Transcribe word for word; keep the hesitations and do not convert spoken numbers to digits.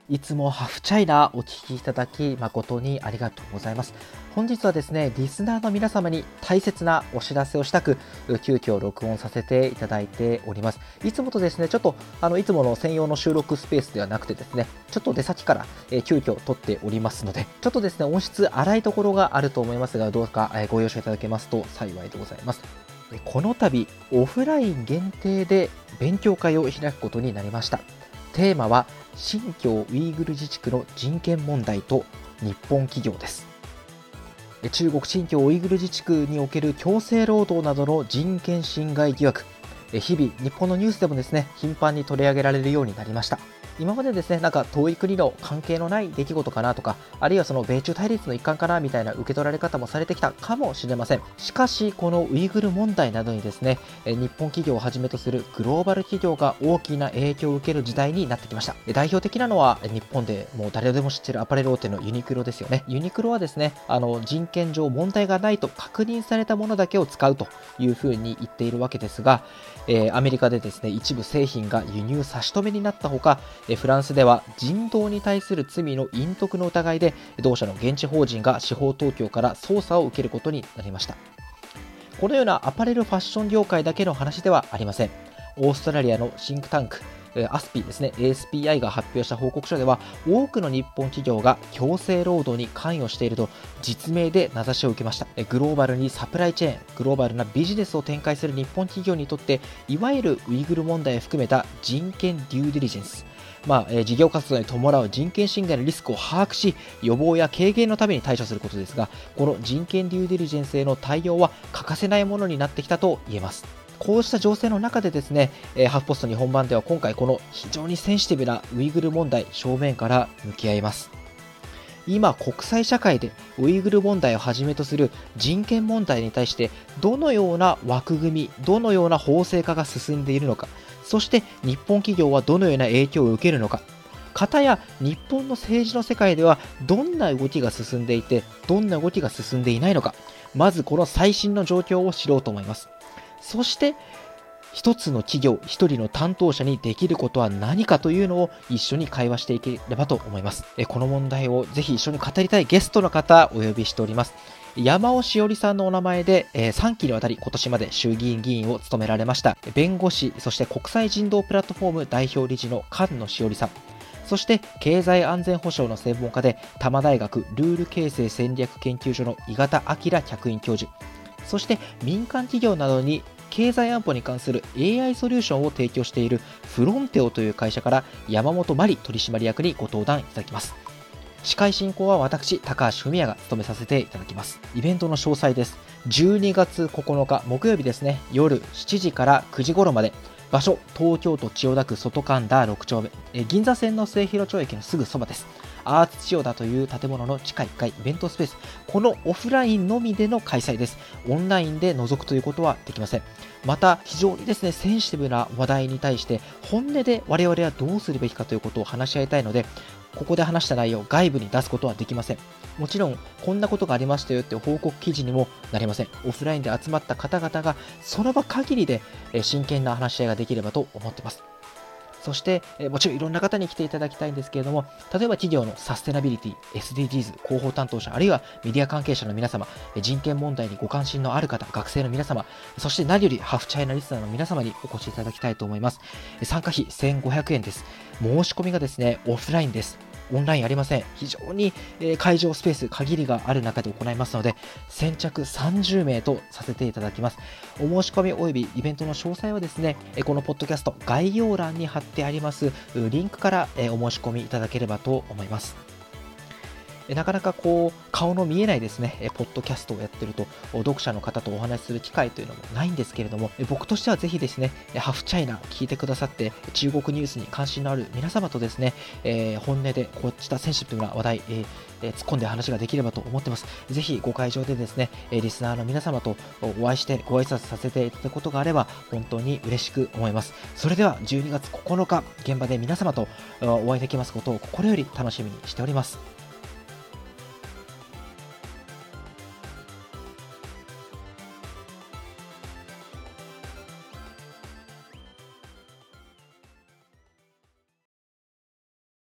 いつもハフチャイナお聞きいただき誠にありがとうございます。本日はですね、リスナーの皆様に大切なお知らせをしたく、急遽録音させていただいております。いつもとですね、ちょっとあのいつもの専用の収録スペースではなくてですね、ちょっと出先から、えー、急遽撮っておりますので、ちょっとですね、音質荒いところがあると思いますが、どうか、えー、ご容赦いただけますと幸いでございます。この度、オフライン限定で勉強会を開くことになりました。テーマは新疆ウイグル自治区の人権問題と日本企業です。中国新疆ウイグル自治区における強制労働などの人権侵害疑惑、日々日本のニュースでもですね、頻繁に取り上げられるようになりました。今までですね、なんか遠い国の関係のない出来事かなとか、あるいはその米中対立の一環かなみたいな受け取られ方もされてきたかもしれません。しかし、このウイグル問題などにですね、日本企業をはじめとするグローバル企業が大きな影響を受ける時代になってきました。代表的なのは日本でもう誰でも知っているアパレル大手のユニクロですよね。ユニクロはですね、あの人権上問題がないと確認されたものだけを使うというふうに言っているわけですが、えー、アメリカでですね、一部製品が輸入差し止めになったほか、フランスでは人道に対する罪の隠匿の疑いで同社の現地法人が司法当局から捜査を受けることになりました。このようなアパレルファッション業界だけの話ではありません。オーストラリアのシンクタンクアスピーですね、エーエスピーアイ が発表した報告書では、多くの日本企業が強制労働に関与していると実名で名指しを受けました。グローバルにサプライチェーン、グローバルなビジネスを展開する日本企業にとって、いわゆるウイグル問題を含めた人権デューディリジェンス、まあ、えー、事業活動に伴う人権侵害のリスクを把握し、予防や軽減のために対処することですが、この人権デューディリジェンスへの対応は欠かせないものになってきたと言えます。こうした情勢の中でですね、えー、ハフポスト日本版では今回この非常にセンシティブなウイグル問題正面から向き合います。今国際社会でウイグル問題をはじめとする人権問題に対してどのような枠組み、どのような法制化が進んでいるのか、そして日本企業はどのような影響を受けるのか、かたや日本の政治の世界ではどんな動きが進んでいて、どんな動きが進んでいないのか、まずこの最新の状況を知ろうと思います。そして一つの企業一人の担当者にできることは何かというのを一緒に会話していければと思います。この問題をぜひ一緒に語りたいゲストの方お呼びしております。山尾しおりさんのお名前でさんきにわたり今年まで衆議院議員を務められました弁護士、そして国際人道プラットフォーム代表理事の菅野しおりさん、そして経済安全保障の専門家で多摩大学ルール形成戦略研究所の井形明客員教授、そして民間企業などに経済安保に関する エーアイ ソリューションを提供しているフロンテオという会社から山本真理取締役にご登壇いただきます。司会進行は私高橋文也が務めさせていただきます。イベントの詳細です。じゅうにがつここのか木曜日ですね、夜しちじからくじ頃まで、場所東京都千代田区外神田ろく丁目、え銀座線の末広町駅のすぐそばです。アーツ千代田という建物の地下いっかいイベントスペース、このオフラインのみでの開催です。オンラインで覗くということはできません。また非常にですねセンシティブな話題に対して本音で我々はどうするべきかということを話し合いたいので、ここで話した内容を外部に出すことはできません。もちろんこんなことがありましたよって報告記事にもなりません。オフラインで集まった方々がその場限りで真剣な話し合いができればと思っています。そして、えもちろんいろんな方に来ていただきたいんですけれども、例えば企業のサステナビリティ、エスディージーズ、広報担当者、あるいはメディア関係者の皆様、人権問題にご関心のある方、学生の皆様、そして何よりハフチャイナリスナーの皆様にお越しいただきたいと思います。参加費せんごひゃくえんです。申し込みがですね、オフラインです。オンラインありません。非常に会場スペース限りがある中で行いますので、先着さんじゅうめいとさせていただきます。お申し込み及びイベントの詳細はですね、このポッドキャスト概要欄に貼ってありますリンクからお申し込みいただければと思います。なかなかこう顔の見えないですねポッドキャストをやってると読者の方とお話しする機会というのもないんですけれども、僕としてはぜひですねハフチャイナ聞いてくださって中国ニュースに関心のある皆様とですね、えー、本音でこうしたセンシティブな話題、えー、突っ込んで話ができればと思ってます。ぜひご会場でですねリスナーの皆様とお会いしてご挨拶させていただくことがあれば本当に嬉しく思います。それではじゅうにがつここのか現場で皆様とお会いできますことを心より楽しみにしております。